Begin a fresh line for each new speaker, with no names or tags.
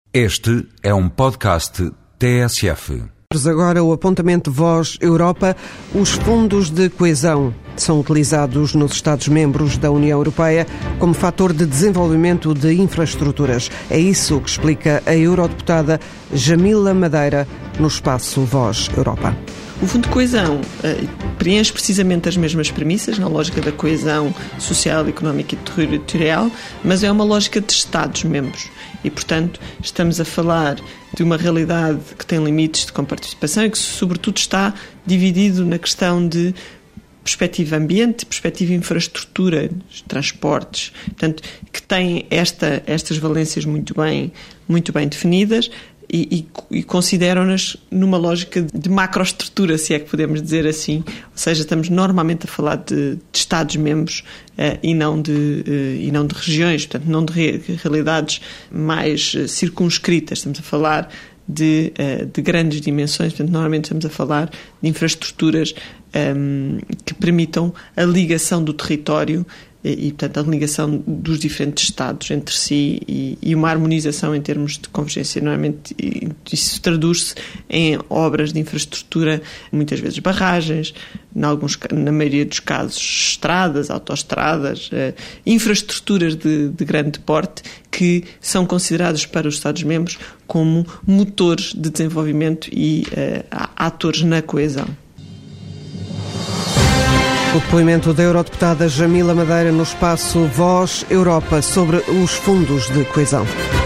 Este é um podcast TSF.
Agora o apontamento Voz Europa. Os fundos de coesão são utilizados nos Estados-membros da União Europeia como fator de desenvolvimento de infraestruturas. É isso que explica a eurodeputada Jamila Madeira no espaço Voz Europa.
O Fundo de Coesão preenche precisamente as mesmas premissas, na lógica da coesão social, económica e territorial, mas é uma lógica de Estados-membros. E, portanto, estamos a falar de uma realidade que tem limites de comparticipação e que, sobretudo, está dividido na questão de perspectiva ambiente, perspectiva infraestrutura, transportes, portanto, que tem estas valências muito bem definidas. E consideram-nas numa lógica de macroestrutura, se é que podemos dizer assim. Ou seja, estamos normalmente a falar de Estados-membros e não de regiões, portanto, não de realidades mais circunscritas. Estamos a falar de grandes dimensões, portanto, normalmente estamos a falar de infraestruturas que permitam a ligação do território e, portanto, a ligação dos diferentes Estados entre si e uma harmonização em termos de convergência. Normalmente isso traduz-se em obras de infraestrutura, muitas vezes barragens, na maioria dos casos estradas, autoestradas, infraestruturas de grande porte que são considerados para os Estados-membros como motores de desenvolvimento e atores na coesão.
O depoimento da eurodeputada Jamila Madeira no espaço Voz Europa sobre os fundos de coesão.